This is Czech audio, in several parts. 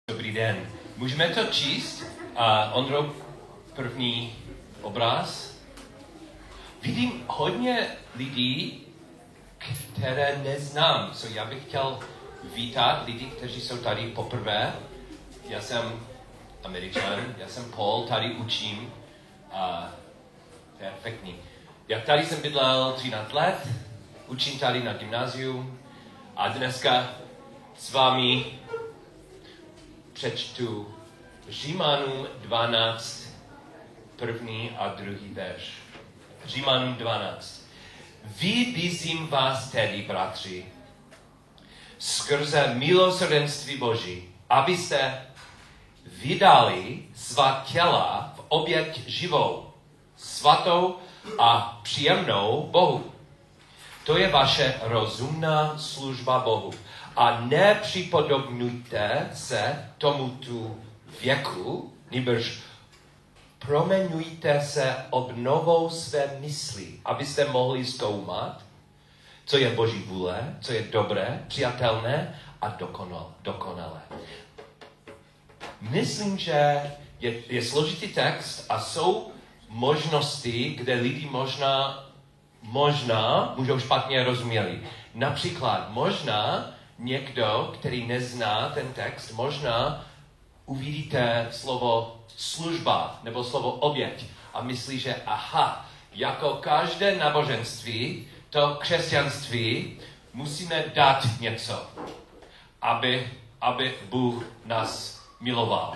Dobrý den. Můžeme to číst? Ondro, první obraz. Vidím hodně lidí, které neznám. So já bych chtěl vítat lidi, kteří jsou tady poprvé. Já jsem Američan, já jsem Paul, tady učím. Perfektní. Já tady jsem bydlel 13 let, učím tady na gymnáziu a dneska s vámi přečtu Římanům 12, první a druhý verš. Římanům 12. Vybízím vás tedy, bratři, skrze milosrdenství Boží, abyste vydali svá těla v oběť živou, svatou a příjemnou Bohu. To je vaše rozumná služba Bohu. A nepřipodobňujte se tomuto věku, nýbrž proměňujte se obnovou své mysli, abyste mohli zkoumat, co je Boží vůle, co je dobré, přijatelné a dokonalé. Myslím, že je složitý text a jsou možnosti, kde lidi možná můžou špatně rozuměli. Například možná někdo, který nezná ten text, možná uvidíte slovo služba nebo slovo oběť a myslí, že jako každé náboženství, to křesťanství musíme dát něco, aby Bůh nás miloval,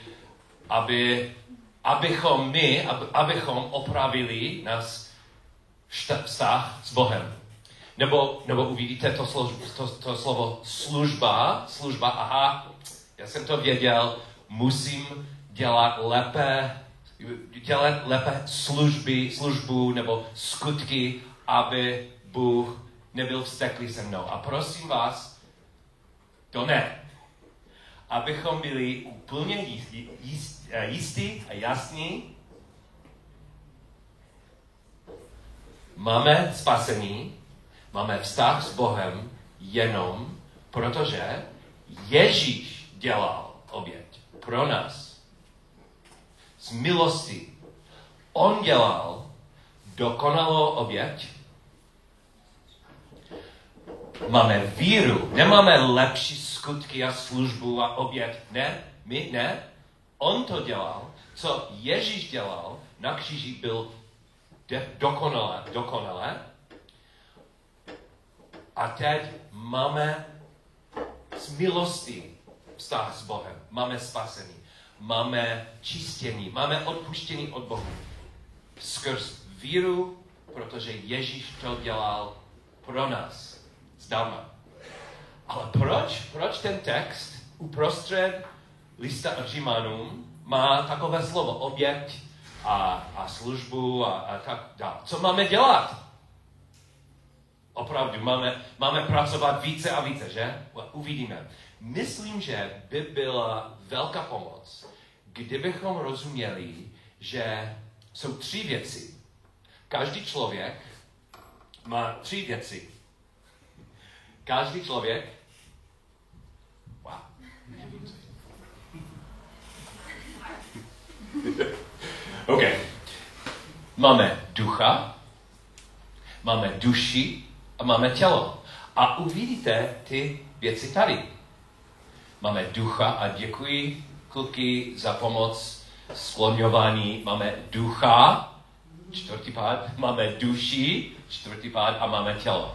abychom opravili nás vztah s Bohem. Nebo uvidíte to slovo služba, já jsem to věděl, musím dělat lépe službu nebo skutky, aby Bůh nebyl vzteklý se mnou. A prosím vás, to ne. Abychom byli úplně jistí a jasní, máme spasení, máme vztah s Bohem jenom protože Ježíš dělal oběť pro nás. Z milosti. On dělal dokonalou oběť. Máme víru. Nemáme lepší skutky a službu a oběť. Ne. On to dělal. Co Ježíš dělal na kříži byl dokonalé. A teď máme z milosti vztah s Bohem. Máme spasení. Máme čistění. Máme odpuštění od Bohu. Skrz víru, protože Ježíš to dělal pro nás. Zdarma. Ale proč ten text uprostřed lista Římanům má takové slovo oběť a službu a tak dále? Co máme dělat? Opravdu, máme pracovat více a více, že? Uvidíme. Myslím, že by byla velká pomoc, kdybychom rozuměli, že jsou 3 věci. Každý člověk má 3 věci. Každý člověk... Wow. OK. Máme ducha, máme duši a máme tělo. A uvidíte ty věci tady. Máme ducha a děkuji kluky za pomoc skloňování. Máme ducha, 4. pád, máme duši, 4. pád a máme tělo.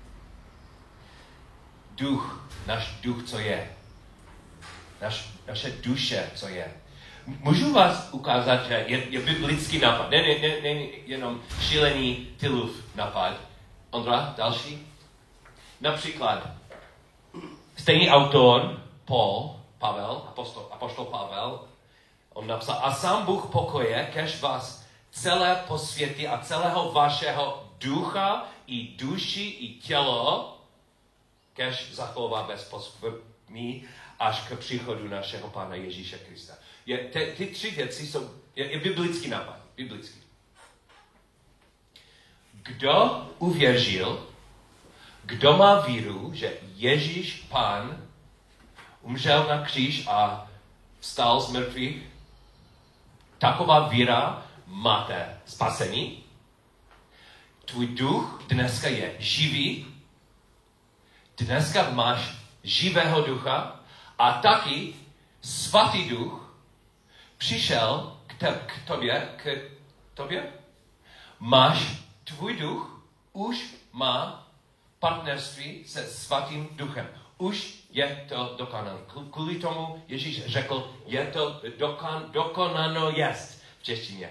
Duch, náš duch, co je? Naše duše, co je? Můžu vás ukázat, že je biblický nápad. Ne, jenom šílený Tylův nápad. Ondra, další? Například, stejný autor, apoštol Pavel, on napsal, a sám Bůh pokoje, kež vás celé posvětí a celého vašeho ducha i duši i tělo, kež zachová bez poskvrny až k příchodu našeho Pána Ježíše Krista. Ty 3 věci jsou, je biblický nápad. Biblický. Kdo uvěřil, kdo má víru, že Ježíš Pán umřel na kříž a vstal z mrtvých, taková víra máte spasení. Tvůj duch dneska je živý. Dneska máš živého ducha a taky svatý duch přišel k tobě. Máš tvůj duch, už má partnerství se svatým duchem. Už je to dokonáno. Kvůli tomu Ježíš řekl, je to dokonáno jest v češtině.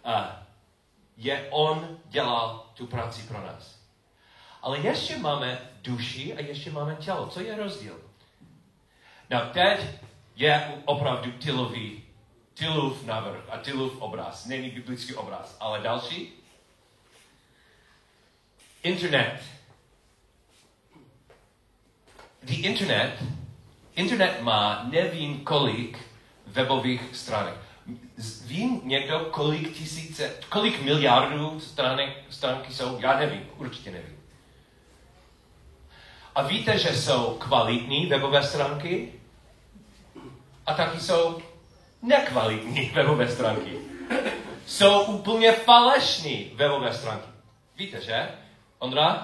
On dělal tu práci pro nás. Ale ještě máme duši a ještě máme tělo. Co je rozdíl? No, teď je opravdu tylův návrh a tylův obraz. Není biblický obraz, ale další. Internet. Internet má nevím kolik webových stránek. Ví někdo, kolik miliardů stránky jsou? Já nevím, určitě nevím. A víte, že jsou kvalitní webové stránky? A taky jsou nekvalitní webové stránky. Jsou úplně falešní webové stránky. Víte, že? Ondra?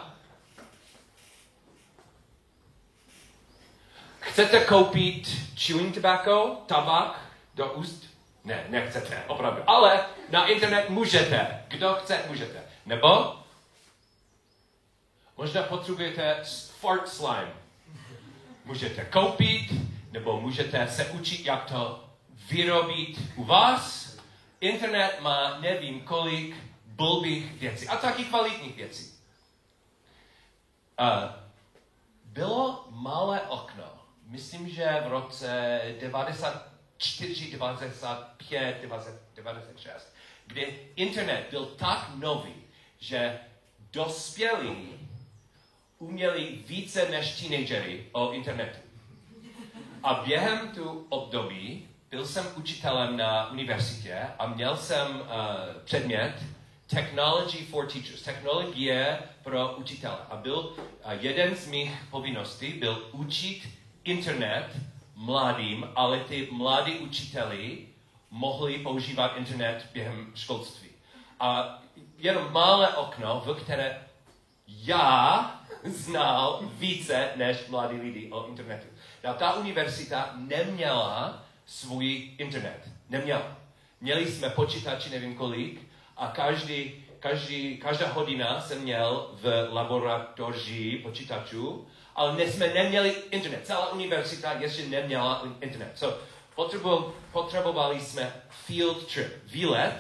Chcete koupit chewing tobacco, tabák do úst? Ne, nechcete, opravdu. Ale na internet můžete. Kdo chce, můžete. Nebo možná potřebujete fart slime. Můžete koupit, nebo můžete se učit, jak to vyrobit u vás. Internet má nevím kolik blbých věcí. A taky kvalitních věcí. Bylo malé okno. Myslím, že v roce 94, 95, 96, kdy internet byl tak nový, že dospělí uměli více než teenagery o internetu. A během tu období byl jsem učitelem na univerzitě a měl jsem předmět Technology for Teachers, technologie pro učitele. A byl jeden z mých povinností byl učit internet mladým, ale ty mladí učiteli mohli používat internet během školství. A jenom malé okno, v které já znal více než mladí lidi o internetu. No, ta univerzita neměla svůj internet. Neměla. Měli jsme počítači, nevím kolik, a každá hodina jsem měl v laboratoři počítačů, ale jsme neměli internet. Celá univerzita ještě neměla internet. So, potřebovali jsme field trip, výlet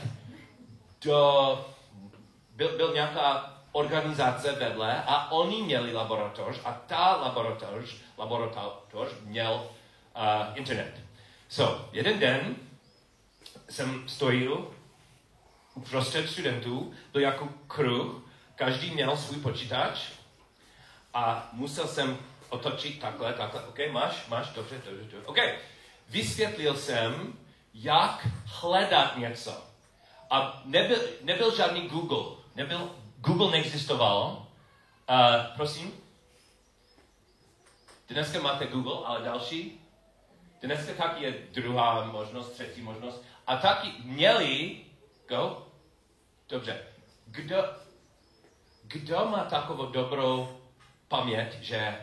byl nějaká organizace vedle a oni měli laboratoř a ta laboratoř měl internet. So, jeden den jsem stojil uprostřed studentů, byl jako kruh, každý měl svůj počítač a musel jsem otočit takhle, ok, máš, dobře, ok. Vysvětlil jsem, jak hledat něco. A nebyl žádný Google, Google neexistovalo. Prosím? Dneska máte Google, ale další? Dneska taky je druhá možnost, třetí možnost. A taky měli... Go? Dobře. Kdo má takovou dobrou paměť, že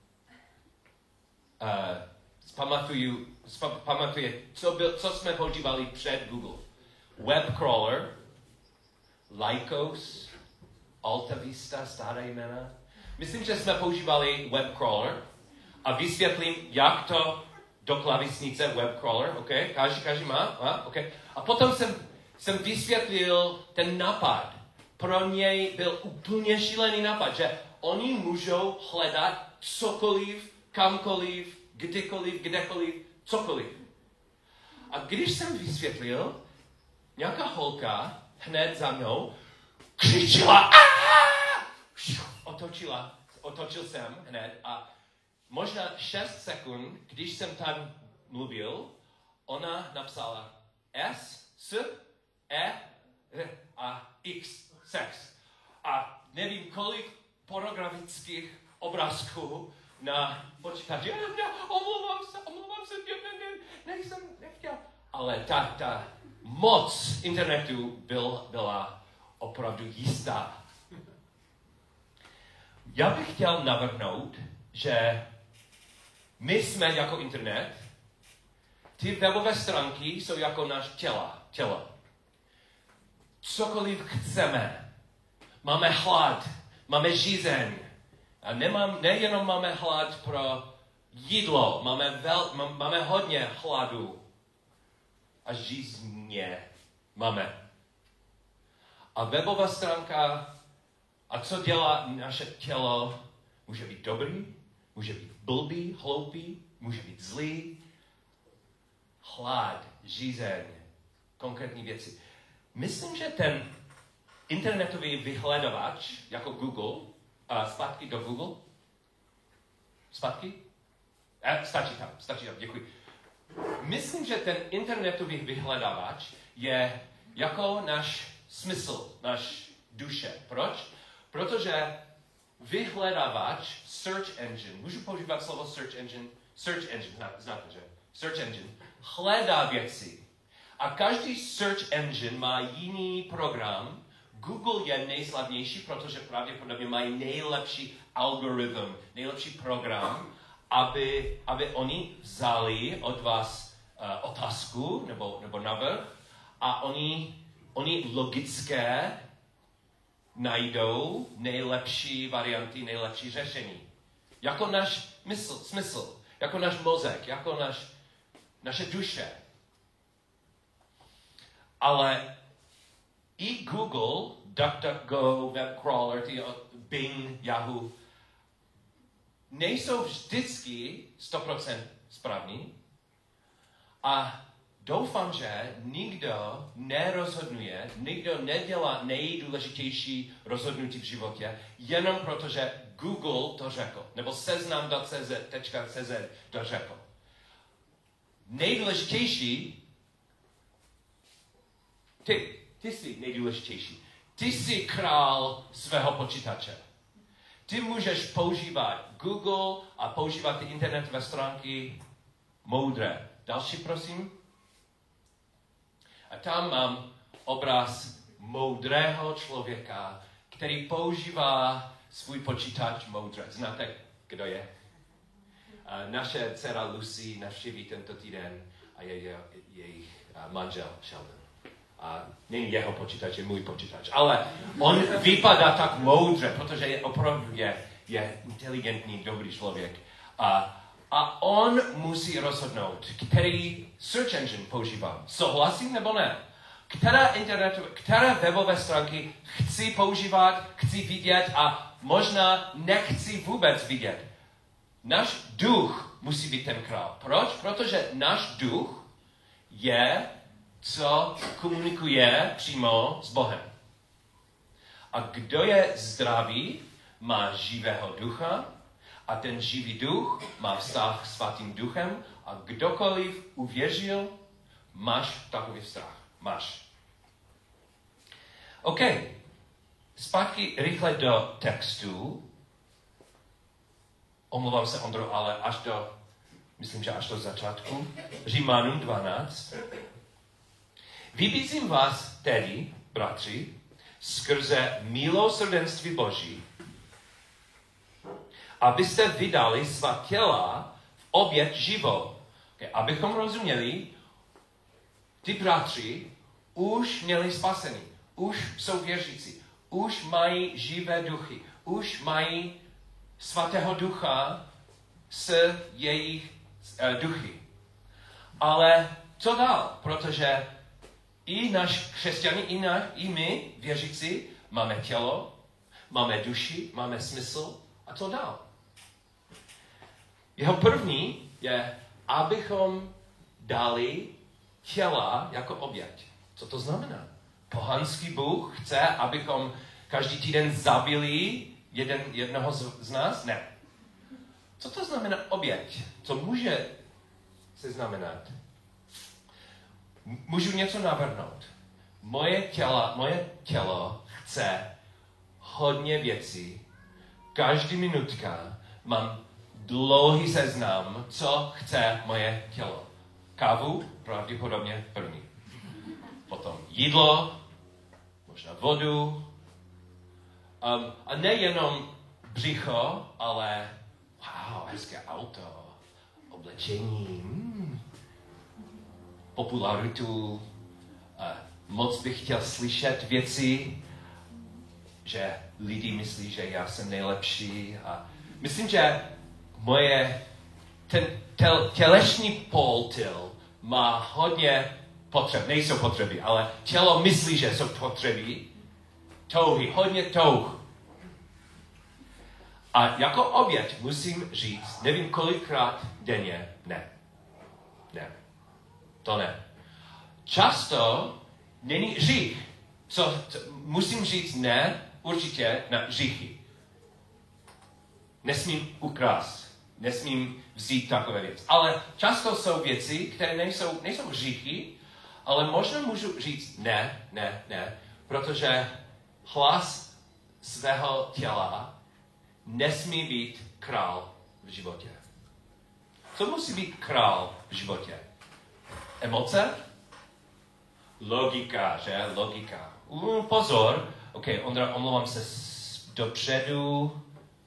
pamatuje, co jsme používali před Google? Web crawler, Lycos, Alta Vista, staré jména. Myslím, že jsme používali web crawler a vysvětlím, jak to do klávesnice web crawler, ok? Každý má? Ok. A potom jsem vysvětlil ten nápad. Pro něj byl úplně šílený nápad, že oni můžou hledat cokoliv, kamkoliv, kdykoliv, kdekoliv, cokoliv. A když jsem vysvětlil, nějaká holka hned za mnou křičela otočil jsem hned a možná 6 sekund, když jsem tam mluvil, ona napsala S, S, E, R a X, sex. A nevím, kolik pornografických obrázků na počítači. Omlouvám se, nejsem nechtěl. Ale ta moc internetu byla opravdu jistá. Já bych chtěl navrhnout, že my jsme jako internet, ty webové stránky jsou jako náš tělo. Cokoliv chceme. Máme hlad, máme žízeň. A nejenom máme hlad pro jídlo, máme hodně hladu. A žízně máme. A webová stránka, a co dělá naše tělo, může být dobrý, může být blbý, hloupý, může být zlý. Hlad, žízeň, konkrétní věci. Myslím, že ten internetový vyhledávač, jako Google, zpátky do Google. Zpátky? Stačí tam, děkuji. Myslím, že ten internetový vyhledávač je jako náš smysl, náš duše. Proč? Protože vyhledávač, search engine, můžu používat slovo search engine? Search engine, znáte, že? Search engine hledá věci. A každý search engine má jiný program. Google je nejslavnější, protože pravděpodobně mají nejlepší algoritm, nejlepší program, aby oni vzali od vás otázku nebo návrh a oni logické najdou nejlepší varianty, nejlepší řešení. Jako náš smysl, jako náš mozek, jako naše duše. Ale i Google, DuckDuckGo, WebCrawler, Bing, Yahoo, nejsou vždycky 100% správní. A doufám, že nikdo nerozhoduje, nikdo nedělá nejdůležitější rozhodnutí v životě, jenom protože Google to řekl, nebo seznam.cz to řekl. Nejdůležitější, ty jsi nejdůležitější. Ty jsi král svého počítače. Ty můžeš používat Google a používat ty internetové stránky moudré. Další, prosím. A tam mám obraz moudrého člověka, který používá svůj počítač moudře. Znáte, kdo je? Naše dcera Lucy navštíví tento týden a je jejich manžel Sheldon. A není jeho počítač, je můj počítač. Ale on vypadá tak moudře, protože je opravdu inteligentní, dobrý člověk. A on musí rozhodnout, který search engine používám. Souhlasím nebo ne? Které webové stránky chci používat, chci vidět a možná nechci vůbec vidět. Náš duch musí být ten král. Proč? Protože náš duch je, co komunikuje přímo s Bohem. A kdo je zdravý, má živého ducha a ten živý duch má vztah s Svatým duchem a kdokoliv uvěřil, máš takový vztah. Máš. OK. Zpátky rychle do textu. Omlouvám se, Ondro, ale myslím, že až do začátku. Římanům 12. Vybízím vás tedy, bratři, skrze milosrdenství Boží, abyste vydali svá těla v oběť živou. Okay, abychom rozuměli, ty bratři už měli spasení, už jsou věřící, už mají živé duchy, už mají Svatého ducha s jejich duchy. Ale co dál? Protože i náš křesťané, i my, věřící, máme tělo, máme duši, máme smysl. A co dál? Jeho první je, abychom dali těla jako oběť. Co to znamená? Pohanský Bůh chce, abychom každý týden zabili jednoho z nás? Ne. Co to znamená oběť? Co může se znamenat? Můžu něco navrhnout. Moje tělo chce hodně věcí. Každý minutka mám dlouhý seznam, co chce moje tělo. Kávu, pravděpodobně první. Potom jídlo, možná vodu. A nejenom břicho, ale wow, hezké auto, oblečení, popularitu. Moc bych chtěl slyšet věci, že lidi myslí, že já jsem nejlepší. A myslím, že ten tělesný poltil má hodně potřeb. Nejsou potřeby, ale tělo myslí, že jsou potřeby. Touhy, hodně touh. A jako oběť musím říct, nevím kolikrát denně, ne. To ne. Často není hřích. Musím říct ne, určitě na hříchy. Nesmím ukrást, nesmím vzít takové věci. Ale často jsou věci, které nejsou hříchy, ale možná můžu říct ne, protože hlas svého těla nesmí být král v životě. Co musí být král v životě? Emoce? Logika, že? Logika. Pozor. OK, Ondra, omlouvám se dopředu.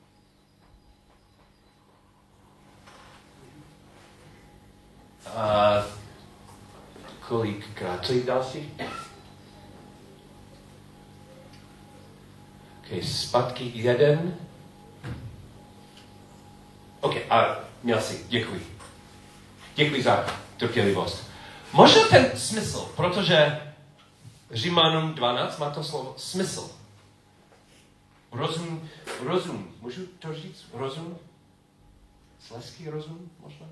Kolikrát? Co je další? OK, zpátky jeden. OK, a měl jsi, děkuji. Děkuji za trpělivost. Možná ten smysl, protože Římanům 12 má to slovo smysl. Rozum. Můžu to říct? Rozum? Selský rozum možná?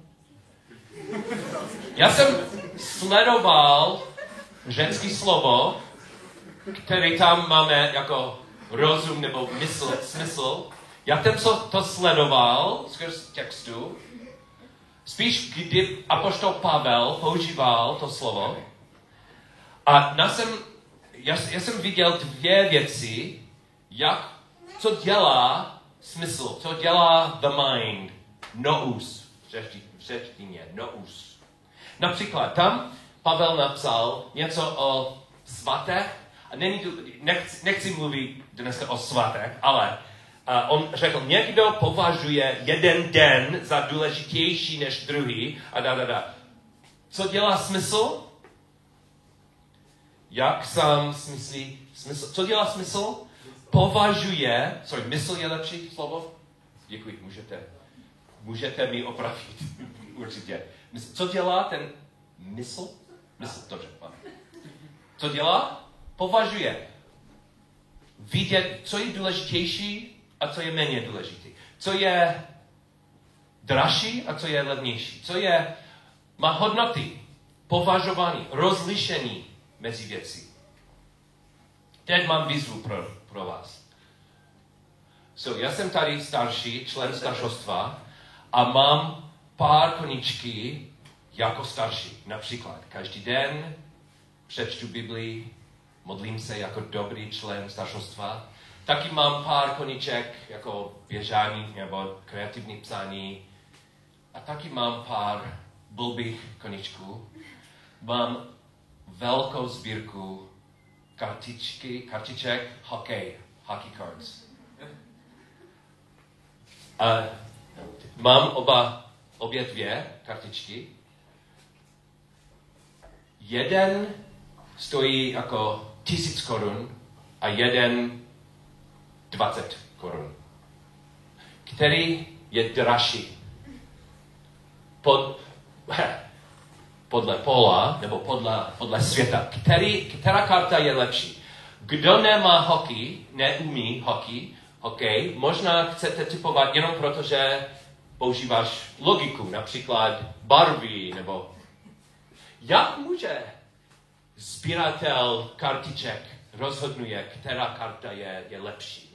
Já jsem sledoval ženský slovo, který tam máme jako rozum nebo smysl. Já jsem to sledoval skrz textu. Spíš, kdy apoštol Pavel používal to slovo. A já jsem viděl dvě věci, co dělá smysl, co dělá the mind, nous, v řečtině, nous. Například tam Pavel napsal něco o svatech, a nechci mluvit dneska o svatech, ale on řekl, někdo považuje jeden den za důležitější než druhý a Co dělá smysl? Jak sám smyslí smysl? Co dělá smysl? Mysl je lepší slovo? Děkuji, můžete mi opravit. Určitě. Co dělá ten mysl? Dobře. Co dělá? Považuje. Vidět, co je důležitější a co je méně důležitý. Co je dražší a co je levnější. Má hodnoty, považování, rozlišení mezi věcí. Teď mám výzvu pro vás. Já jsem tady starší, člen staršostva a mám pár koníčky jako starší. Například každý den přečtu Biblii, modlím se jako dobrý člen staršostva. Taky mám pár koníček jako běžání nebo kreativní psání. A taky mám pár blbých koníčků. Mám velkou sbírku kartiček hockey cards. A mám obě dvě kartičky. Jeden stojí jako 1000 korun a jeden 20 korun. Který je dražší? Podle pola, nebo podle světa. Která karta je lepší? Kdo nemá hokej, neumí hokej, možná chcete typovat jenom proto, že používáš logiku, například barvy, nebo jak může sbíratel kartiček rozhodnuje, která karta je lepší.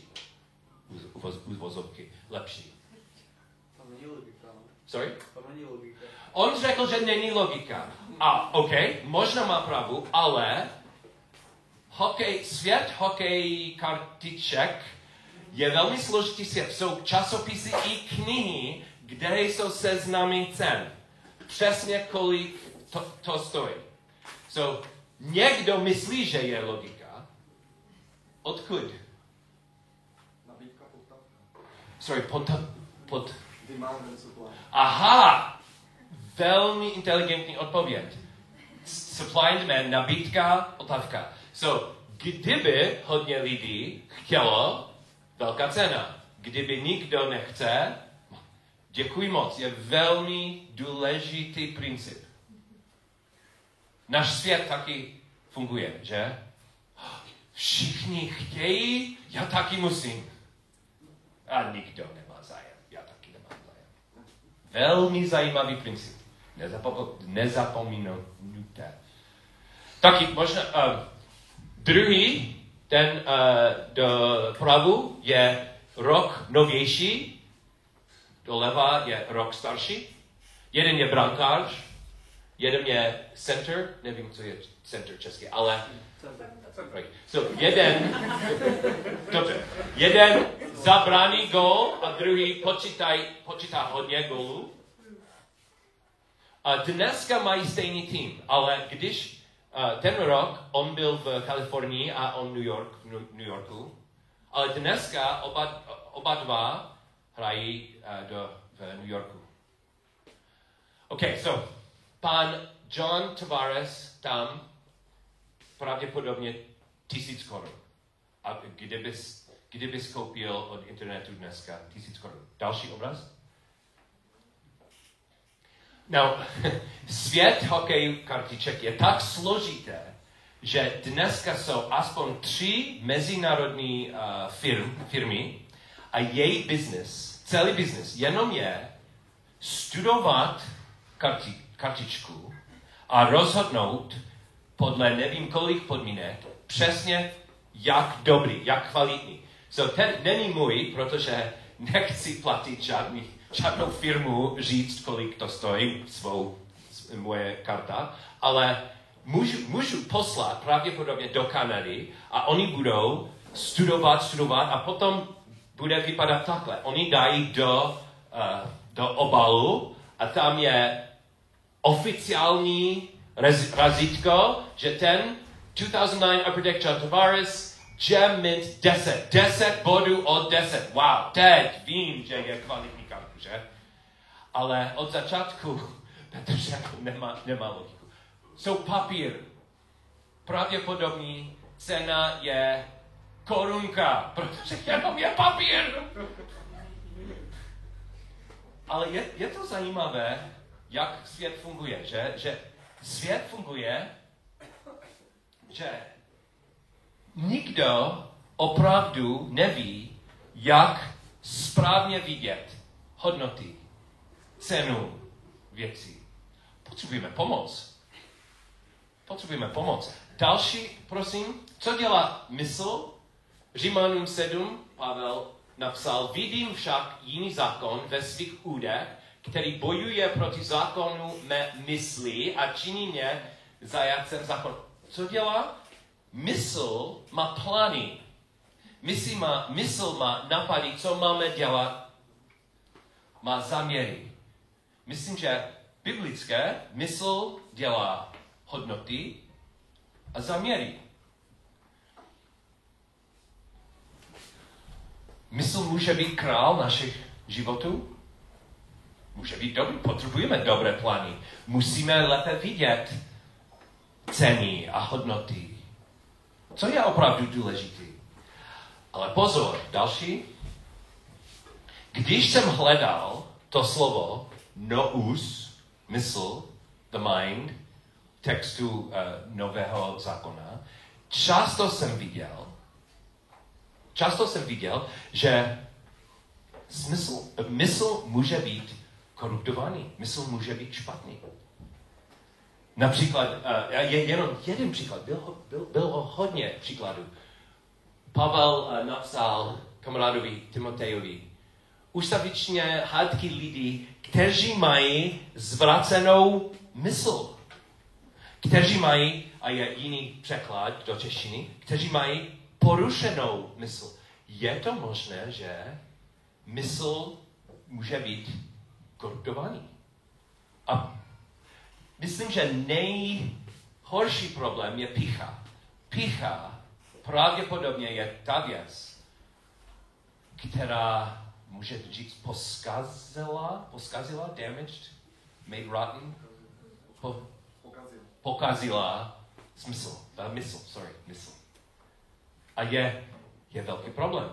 Uvozovky, lepší. Tam není logika. Sorry? Tam není logika. On řekl, že není logika. A OK, možná má pravdu, ale svět hokej kartiček Je velmi složitý svět. Jsou časopisy i knihy, kde jsou seznamy cen. Přesně kolik to stojí. So, někdo myslí, že je logika. Odkud? Nabídka, poptávka. Sorry, pod... Demand and supply. Aha! Velmi inteligentní odpověď. Supply and demand, nabídka, poptávka. So, kdyby hodně lidí chtělo, velká cena. Kdyby nikdo nechce, děkuji moc. Je velmi důležitý princip. Náš svět taky funguje, že? Všichni chtějí, já taky musím. A nikdo nemá zájem. Já taky nemám zájem. Velmi zajímavý princip. Nezapomínejte. Taky možná druhý, ten dopravu je rok novější, doleva je rok starší. Jeden je brankář, jeden je center, nevím, co je center česky, ale... So, jeden zabrání gól a druhý počítá hodně gólů. A dneska mají stejný tým, ale když ten rok on byl v Kalifornii a on v New Yorku, ale dneska oba dva hrají v New Yorku. Okay, so pan John Tavares tam pravděpodobně 1000 korun. A kdybys koupil od internetu dneska 1000 korun. Další obraz? No, svět hokeju kartiček je tak složité, že dneska jsou aspoň 3 mezinárodní firmy a její business, celý business, jenom je studovat kartičku a rozhodnout podle nevím kolik podmínek přesně jak dobrý, jak kvalitní. So ten není můj, protože nechci platit žádnou firmu říct, kolik to stojí, moje karta, ale můžu poslat pravděpodobně do Kanady a oni budou studovat a potom bude vypadat takhle. Oni dají do obalu a tam je oficiální razítko, že ten 2009 Upper Deck John Tavares Gem Mint 10 bodů od 10. Wow, teď vím, že je kvalitní kartu, že? Ale od začátku Petr řekl, nemá logiku. Jsou papír. Pravděpodobně cena je korunka, protože jenom je papír. Ale je to zajímavé, jak svět funguje, že svět funguje, že nikdo opravdu neví, jak správně vidět hodnoty, cenu věcí. Potřebujeme pomoc. Další, prosím, co dělá mysl? Římanům 7 Pavel napsal, vidím však jiný zákon ve svých údech, který bojuje proti zákonu mé mysli a činí mě zajatcem zákonu. Co dělá? Mysl má plány. Mysl má napady, co máme dělat. Má záměry. Myslím, že biblické mysl dělá hodnoty a záměry. Mysl může být král našich životů? Může být dobrý, potřebujeme dobré plány. Musíme lépe vidět ceny a hodnoty. Co je opravdu důležité? Ale pozor, další. Když jsem hledal to slovo nous, mysl, the mind, textu Nového zákona, často jsem viděl, že mysl může být koruptovaný, mysl může být špatný. Například, jenom jeden příklad, bylo hodně příkladů. Pavel napsal kamarádovi Timotejovi, ustavičně hádky lidí, kteří mají zvracenou mysl. Kteří mají, a je jiný překlad do češtiny, kteří mají porušenou mysl. je to možné, že mysl může být koruptovaný. A myslím, že nejhorší problém je pýcha. Pýcha pravděpodobně je ta věc, která může říct poskazila, damaged, made rotten, pokazila mysl. A je velký problém.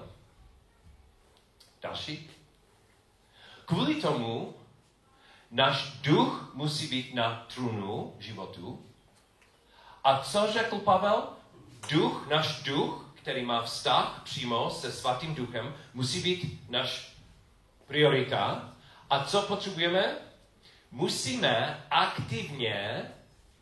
Další. Kvůli tomu náš duch musí být na trůnu životu. A co řekl Pavel? Náš duch, který má vztah přímo se Svatým duchem, musí být náš priorita. A co potřebujeme? Musíme aktivně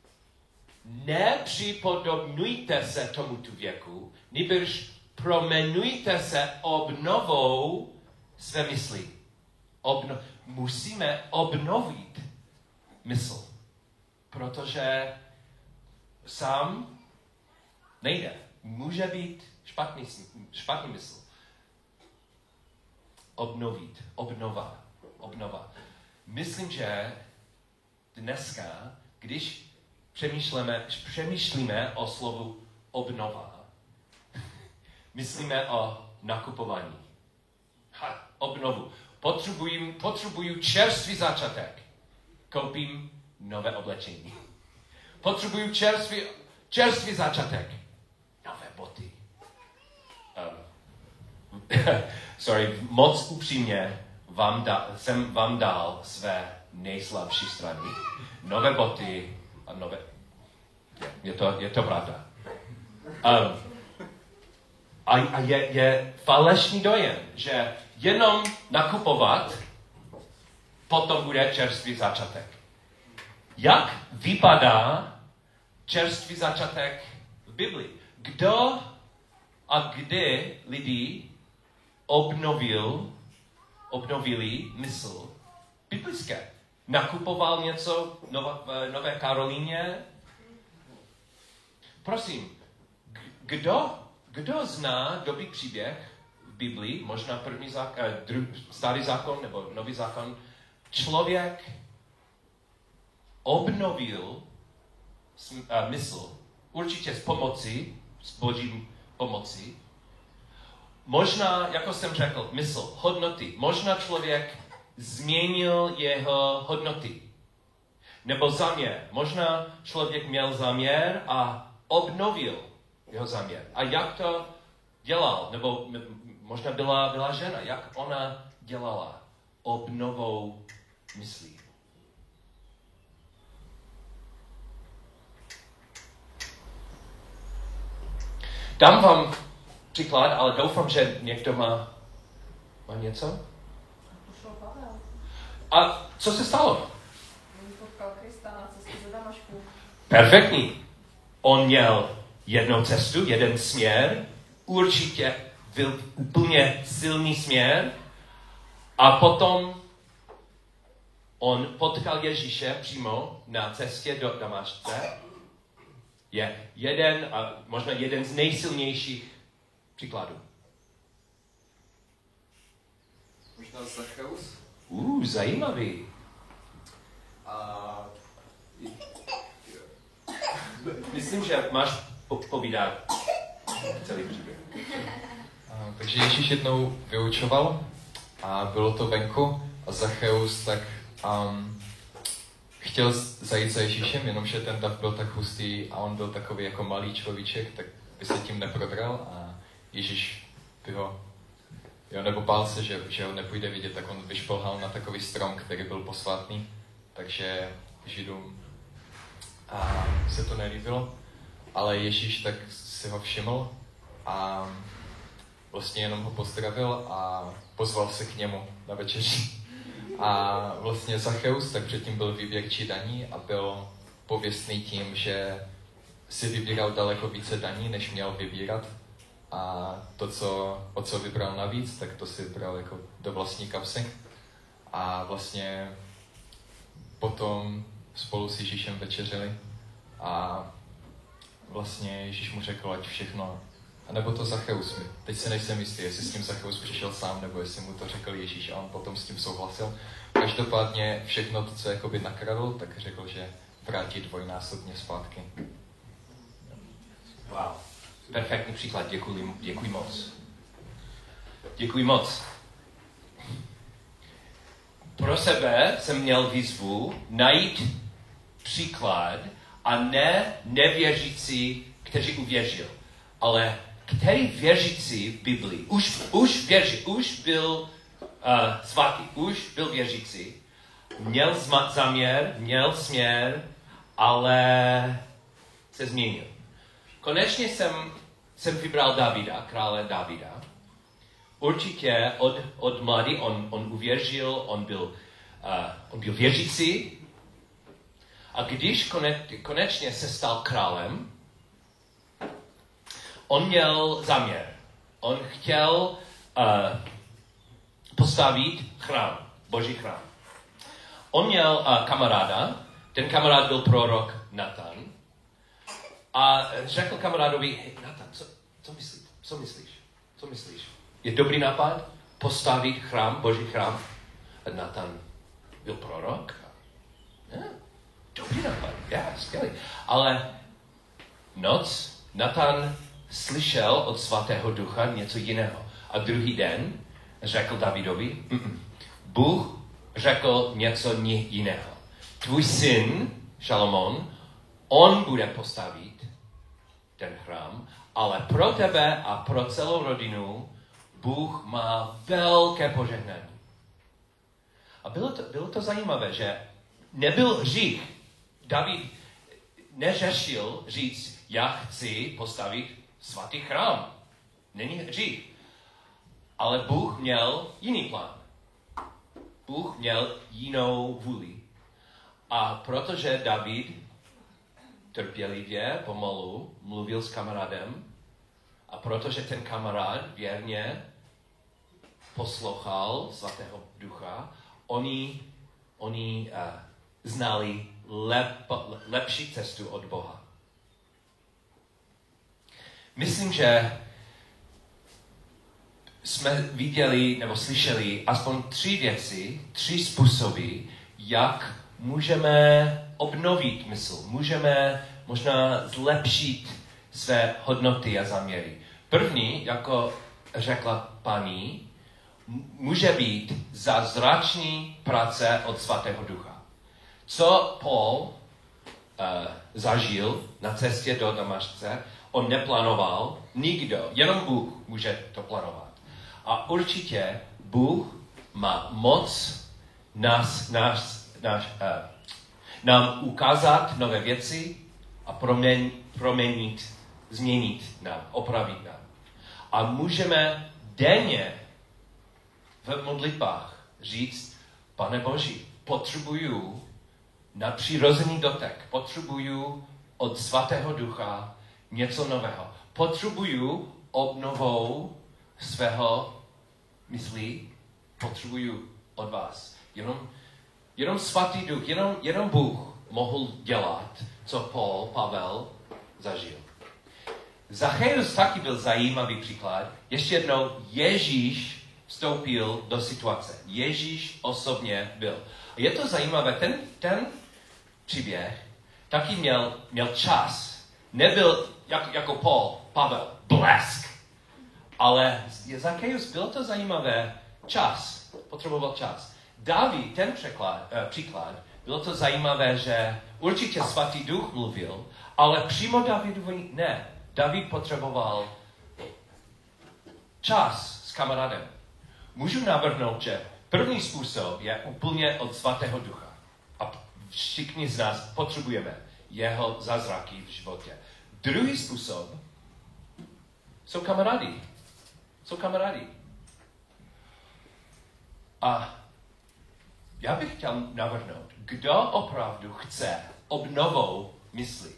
nepřipodobňujte se tomuto věku, nýbrž proměňujte se obnovou své mysli. Musíme obnovit mysl, protože sám nejde. Může být špatný mysl. Obnova. Myslím, že dneska, když přemýšlíme o slovu obnova, myslíme o nakupování. Obnovu. Potřebuju čerstvý začátek. Koupím nové oblečení. Potřebuju čerstvý začátek. Nové boty. Moc upřímně jsem vám dal své nejslabší strany. Nové boty a nové... Je to pravda. A je falešný dojem, že jenom nakupovat, potom bude čerstvý začátek. Jak vypadá čerstvý začátek v Biblii? Kdo a kdy lidi obnovili mysl biblické? Nakupoval něco v Nové Karolíně? Prosím, kdo zná dobrý příběh v Biblii, možná starý zákon nebo nový zákon, člověk obnovil mysl, určitě s božím pomocí, možná, jako jsem řekl, mysl, hodnoty, možná člověk změnil jeho hodnoty, nebo záměr, možná člověk měl záměr a obnovil jeho záměr. A jak to dělal? Nebo možná byla žena. Jak ona dělala obnovou myslí? Dám vám příklad, ale doufám, že někdo má něco. A co se stalo? Potkal Krista na cestě do Damašku. Perfektní. On měl jednou cestu, jeden směr, určitě byl úplně silný směr a potom on potkal Ježíše přímo na cestě do Damašce. Je možná jeden z nejsilnějších příkladů. Možná Zacheus? Zajímavý. Myslím, že máš povídat celý příběh. Takže Ježíš jednou vyučoval a bylo to venku a Zacheus tak chtěl zajít za Ježíšem, jenomže ten dav byl tak hustý a on byl takový jako malý človíček, tak by se tím neprodral a Ježíš by ho, nebo bál se, že ho nepůjde vidět, tak on vyšplhal na takový strom, který byl posvátný, takže Židům se to nelíbilo, ale Ježíš tak si ho všiml a vlastně jenom ho pozdravil a pozval se k němu na večeři. A vlastně Zacheus tak předtím byl výběrčí daní a byl pověstný tím, že si vybíral daleko více daní, než měl vybírat. A to, o co vybral navíc, tak to si bral jako do vlastní kapsy. A vlastně potom spolu s Ježíšem večeřili a vlastně Ježíš mu řekl, ať A nebo to Zacheus. Teď se nejsem jistý, jestli s tím Zacheus přišel sám, nebo jestli mu to řekl Ježíš a on potom s tím souhlasil. Každopádně všechno to, co jakoby nakradl, tak řekl, že vrátí dvojnásobně zpátky. Wow. Perfektní příklad. Děkuji moc. Děkuji moc. Pro sebe jsem měl výzvu najít příklad a ne nevěřící, kteří uvěřil, ale který věřící v Biblii už byl svatý, už byl věřící, měl záměr, měl směr, ale se změnil. Konečně jsem vybral Davida, krále Davida. Určitě od mladí on uvěřil, on byl věřící. A když konečně se stal králem, on měl záměr. On chtěl postavit chrám, Boží chrám. On měl kamaráda, ten kamarád byl prorok Natan. A řekl kamarádovi, hej, Natan, co myslíš? Je dobrý nápad postavit chrám, Boží chrám? A Natan byl prorok? Dobrý nápad, skvělý. Ale noc Natan slyšel od svatého ducha něco jiného. A druhý den řekl Davidovi, Bůh řekl něco jiného. Tvůj syn, Šalomón, on bude postavit ten chrám, ale pro tebe a pro celou rodinu Bůh má velké požehnání. A bylo to zajímavé, že nebyl hřích. David neřešil říct, já chci postavit svatý chrám. Není hřích. Ale Bůh měl jiný plán. Bůh měl jinou vůli. A protože David trpělivě, pomalu mluvil s kamarádem a protože ten kamarád věrně poslouchal svatého ducha, oni znali lepší cestu od Boha. Myslím, že jsme viděli nebo slyšeli aspoň 3 věci, 3 způsoby, jak můžeme obnovit mysl, můžeme možná zlepšit své hodnoty a záměry. První, jako řekla paní, může být zázračný práce od svatého ducha. Co Paul zažil na cestě do Damašce, on neplánoval, nikdo, jenom Bůh může to plánovat. A určitě Bůh má moc nám ukázat nové věci a proměnit, změnit nám, opravit nám. A můžeme denně v modlitbách říct, Pane Boží, potřebuju nadpřirozený dotek, potřebuju od svatého ducha něco nového. Potřebuju obnovou svého myslí, potřebuju od vás. Jenom svatý duch, jenom Bůh mohl dělat, co Pavel zažil. Zacheus taky byl zajímavý příklad. Ještě jednou, Ježíš vstoupil do situace. Ježíš osobně byl. A je to zajímavé, ten příběh taky měl čas. Nebyl jako Pavel, blesk. Ale Zacheus, bylo to zajímavé, čas. Potřeboval čas. David, ten příklad, bylo to zajímavé, že určitě svatý duch mluvil, ale přímo Davidovi ne. David potřeboval čas s kamarádem. Můžu navrhnout, že první způsob je úplně od svatého ducha. A všichni z nás potřebujeme jeho zázraky v životě. Druhý způsob jsou kamarádi. A já bych chtěl navrhnout, kdo opravdu chce obnovou mysli.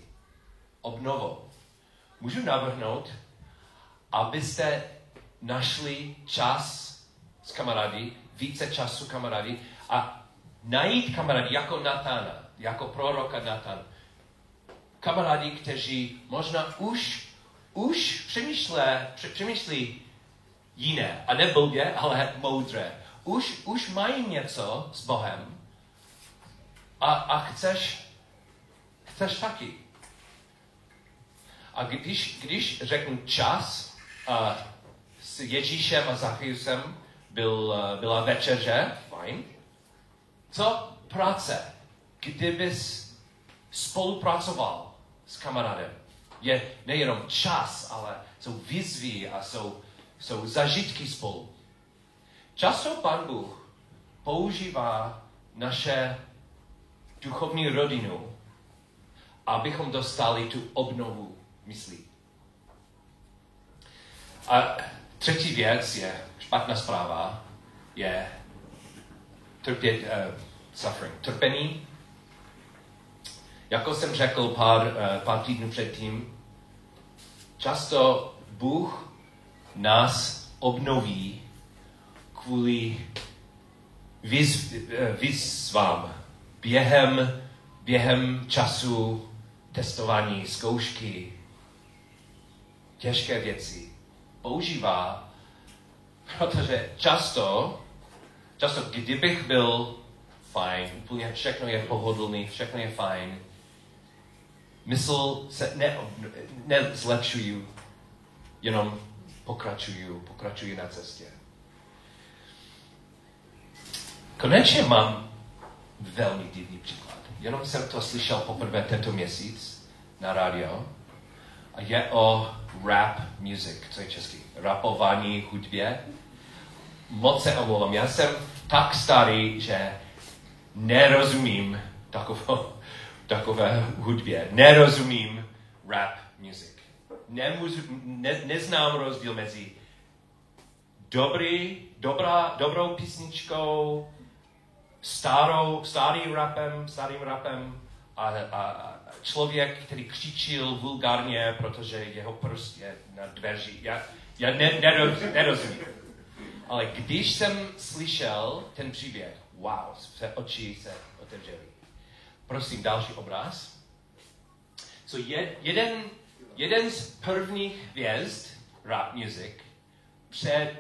Můžu navrhnout, abyste našli čas s kamarády, více času kamarády a najít kamarády jako Natana, jako proroka Natan. Kamarádi, kteří možná už už přemýšlí jiné. A ne blbě, ale moudré. Už mají něco s Bohem a chceš taky. A když řeknu čas, s Ježíšem a Zachyusem byla večeře, fajn. Co práce? Kdybys spolupracoval s kamarádem, je nejenom čas, ale jsou výzvy a jsou zažitky spolu. Často Pán Bůh používá naše duchovní rodinu, abychom dostali tu obnovu myslí. A třetí věc je, špatná zpráva, je trpení. Jako jsem řekl pár týdnů předtím, často Bůh nás obnoví kvůli výzvám během času testování, zkoušky, těžké věci. Používá, protože často, kdybych byl fajn, úplně všechno je pohodlný, všechno je fajn, mysl se nezlepšuju, jenom pokračuju na cestě. Konečně mám velmi divný příklad. Jenom jsem to slyšel poprvé tento měsíc na rádio a je o rap music, co je český, rapování hudbě. Moc se omlouvám, já jsem tak starý, že nerozumím takové hudbě. Nerozumím rap music. Neznám rozdíl mezi dobrou písničkou, starým rapem a člověk, který křičil vulgárně, protože jeho prst je na dveři. Já nerozumím. Ale když jsem slyšel ten příběh, wow, oči se otevřely. Prosím, další obraz. Jeden z prvních hvězd rap music před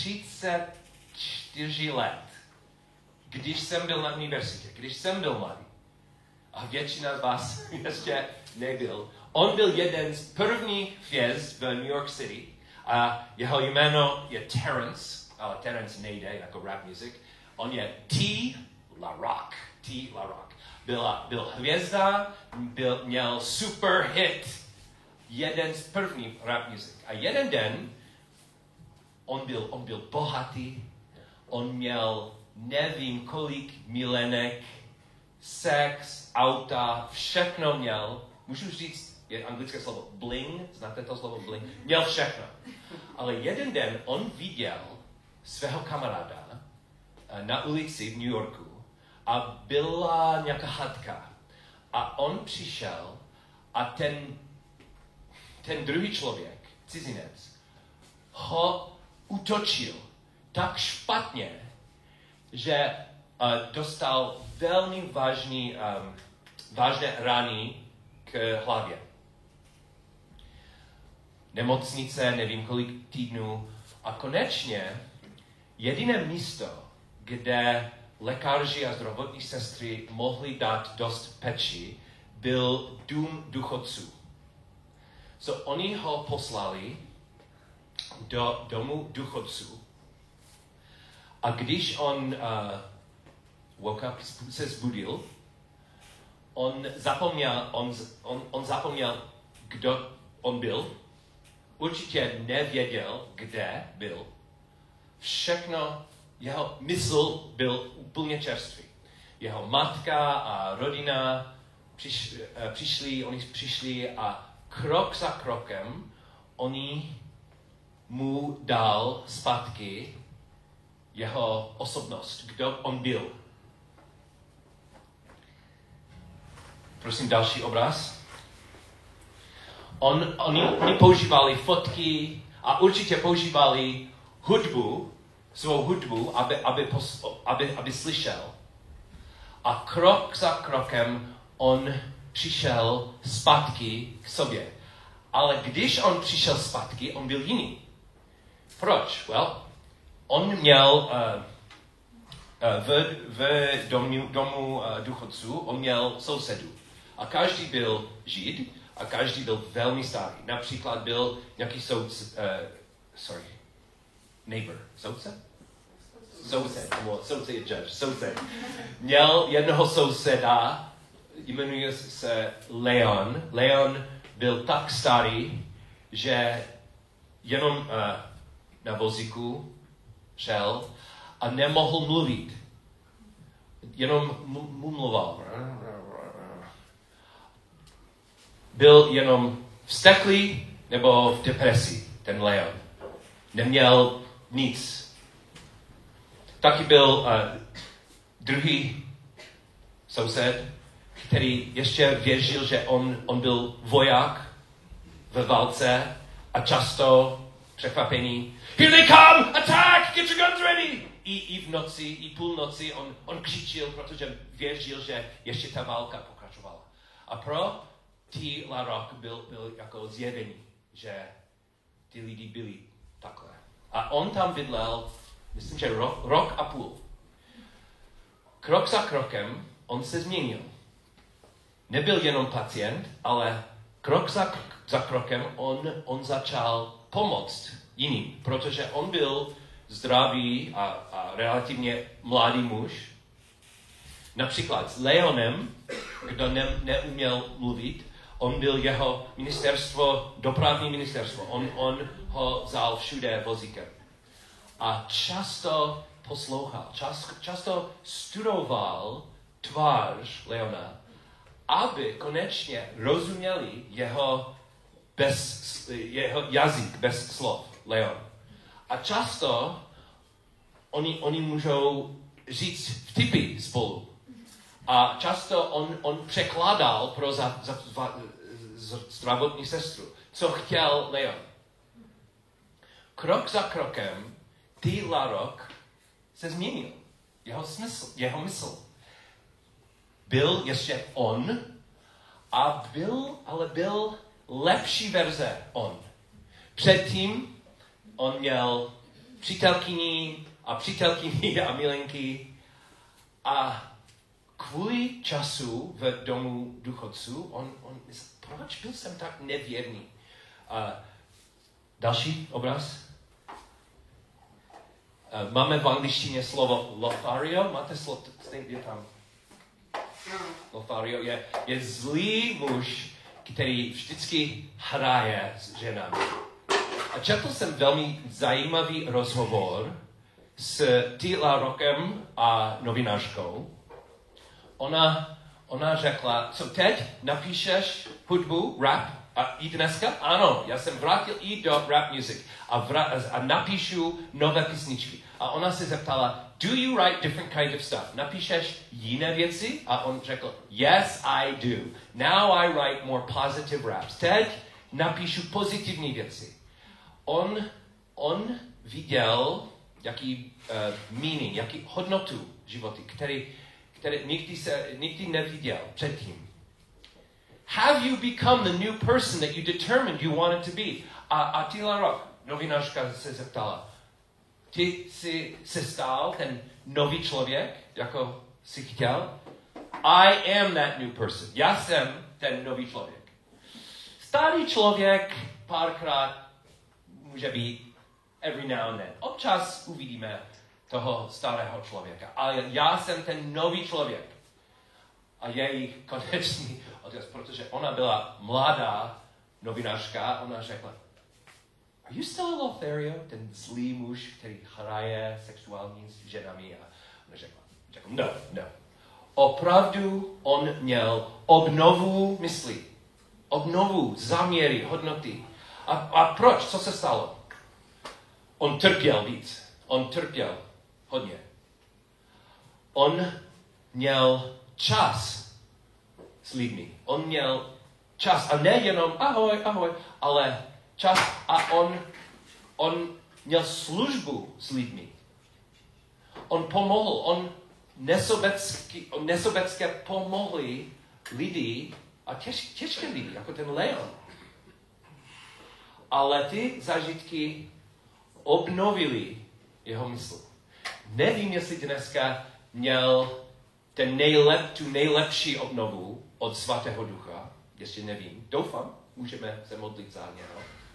34 let, když jsem byl na univerzitě, když jsem byl mladý, a většina z vás ještě nebyl, on byl jeden z prvních hvězd v New York City a jeho jméno je Terrence, ale Terrence nejde jako rap music, on je T. La Rock. Byl hvězda, měl super hit, jeden z prvních rap music. A jeden den on byl bohatý, on měl nevím kolik milenek, sex, auta, všechno měl. Můžu říct, je anglické slovo bling, znáte to slovo bling? Měl všechno. Ale jeden den on viděl svého kamaráda na ulici v New Yorku a byla nějaká chatka. A on přišel a ten druhý člověk, cizinec, ho útočil tak špatně, že dostal velmi vážné rány k hlavě. Nemocnice, nevím kolik týdnů. A konečně jediné místo, kde lékaři a zdravotní sestry mohli dát dost péči, byl dům důchodců. So oni ho poslali do domu důchodců. A když on woke up, se zbudil, on zapomněl, kdo on byl. Určitě nevěděl, kde byl. Všechno, jeho mysl byl úplně čerstvý. Jeho matka a rodina přišli a krok za krokem oni mu dal zpátky jeho osobnost, kdo on byl. Prosím, další obraz. Oni používali fotky a určitě používali svou hudbu, aby slyšel. A krok za krokem on přišel zpátky k sobě. Ale když on přišel zpátky, on byl jiný. Proč? Well, on měl v domu důchodců, on měl sousedů. A každý byl Žid a každý byl velmi starý. Například byl nějaký neighbor. Soused je judge. Soused. Měl jednoho souseda, jmenuje se Leon. Leon byl tak starý, že jenom na vozíku šel a nemohl mluvit. Jenom mumloval. Byl jenom vzteklý nebo v depresi, ten Leon. Neměl nic. Taky byl druhý soused, který ještě věřil, že on byl voják ve válce a často překvapený. Here they come! Attack! Get your guns ready! I v noci, i půlnoci on křičil, protože věřil, že ještě ta válka pokračovala. A pro ty Larok byl jako zjevený, že ty lidi byli takhle. A on tam bydlel, myslím, že rok a půl. Krok za krokem on se změnil. Nebyl jenom pacient, ale krok za krokem on začal pomoct jiným, protože on byl zdravý a relativně mladý muž. Například s Leonem, kdo neuměl mluvit, on byl jeho dopravní ministerstvo. On ho vzal všude vozíkem. A často poslouchal, často studoval tvář Leona, aby konečně rozuměli jeho jazyk bez slov, Leon. A často oni můžou říct vtipy spolu. A často on překládal pro zdravotní sestru, co chtěl Leon. Krok za krokem ty Larok se změnil. Jeho mysl. Byl ještě on a byl lepší verze on. Předtím on měl přítelkyni a milenky a kvůli času v domu důchodců on proč byl jsem tak nevěrný? Další obraz. Máme v angličtině slovo Lothario. Máte slovo, je tam. Lothario je zlý muž, který vždycky hraje s ženami. A četl jsem velmi zajímavý rozhovor s Larokem a novinářkou. Ona řekla, co teď napíšeš hudbu, rap a i dneska? Ano, já jsem vrátil i do rap music a napíšu nové písničky. A ona se zeptala, do you write different kinds of stuff? Napíšeš jiné věci? A on řekl, yes, I do. Now I write more positive raps. Teď napíšu pozitivní věci. On viděl jaký meaning, jaký hodnotu životy, který nikdy neviděl předtím. Have you become the new person that you determined you wanted to be? A Tila Rock, novinářka, se zeptala, ty jsi se stal ten nový člověk, jako jsi chtěl? I am that new person. Já jsem ten nový člověk. Starý člověk párkrát může být every now and then. Občas uvidíme toho starého člověka. Ale já jsem ten nový člověk. A její konečný odraz, protože ona byla mladá novinářka, ona řekla, are you still a Lothario? Ten zlý muž, který hraje sexuální s ženami. A ona řekla, no. Opravdu on měl obnovu mysli. Obnovu, záměry, hodnoty. A proč? Co se stalo? On trpěl víc. On trpěl hodně. On měl čas s lidmi. On měl čas. A nejenom ahoj, ale čas. A on měl službu s lidmi. On pomohl. On nesobecké pomohli lidi a těžké lidi, jako ten Leon. ale ty zážitky obnovily jeho mysl. Nevím, jestli dneska měl tu nejlepší obnovu od Svatého Ducha. Ještě nevím. Doufám, můžeme se modlit za něho.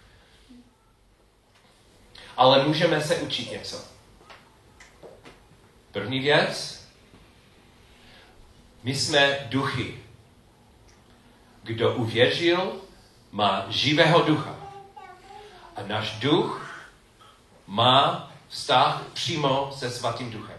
Ale můžeme se učit něco. První věc. My jsme duchy. Kdo uvěřil, má živého ducha. A náš duch má vztah přímo se Svatým Duchem.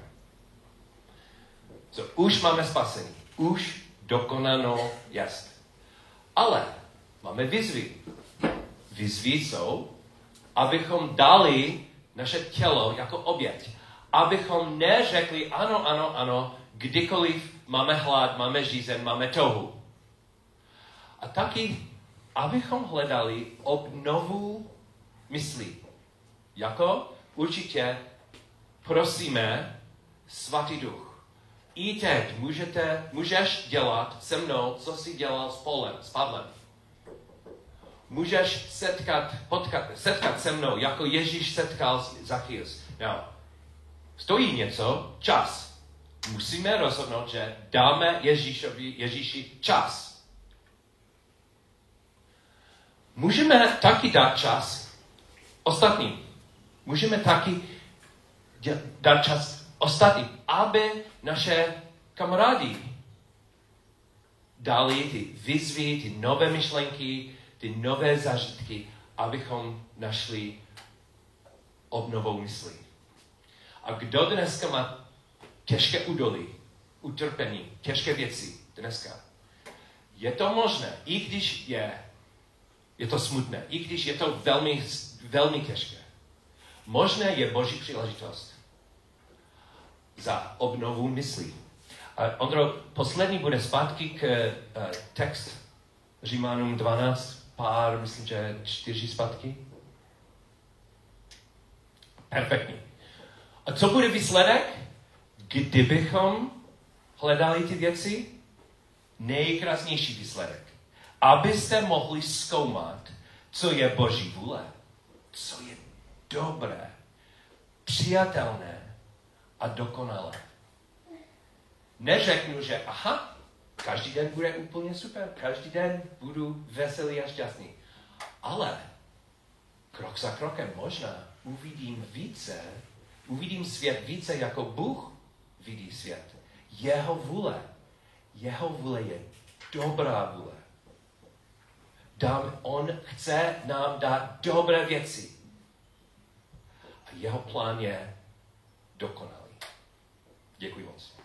Už máme spasení. Už dokonáno jest. Ale máme výzvy. Výzvy jsou, abychom dali naše tělo jako oběť. Abychom neřekli ano, kdykoliv máme hlad, máme žízeň, máme touhu. A taky, abychom hledali obnovu myslí. Jako určitě prosíme Svatý Duch. I teď můžeš dělat se mnou, co jsi dělal s Pavlem. Můžeš setkat se mnou, jako Ježíš setkal Zacchaeus. No, stojí něco, čas. Musíme rozhodnout, že dáme Ježíši čas. Můžeme taky dát čas ostatním. Můžeme taky dát čas ostatním, aby naše kamarádi dali ty výzvy, ty nové myšlenky, ty nové zážitky, abychom našli obnovou myslí. A kdo dneska má těžké údolí, utrpení, těžké věci dneska, je to možné, i když je to smutné, i když je to velmi, velmi těžké. Možné je Boží příležitost za obnovu myslí. A Ondro, poslední bude zpátky k text Římanům 12, myslím, že 4 zpátky. Perfektní. A co bude výsledek, kdybychom hledali ty věci? Nejkrásnější výsledek. Abyste mohli zkoumat, co je Boží vůle, co je dobré, přijatelné a dokonalé. Neřeknu, že každý den bude úplně super, každý den budu veselý a šťastný. Ale krok za krokem možná uvidím svět více, jako Bůh vidí svět. Jeho vůle je dobrá vůle. On chce nám dát dobré věci. A jeho plán je dokonalý. Děkuji moc.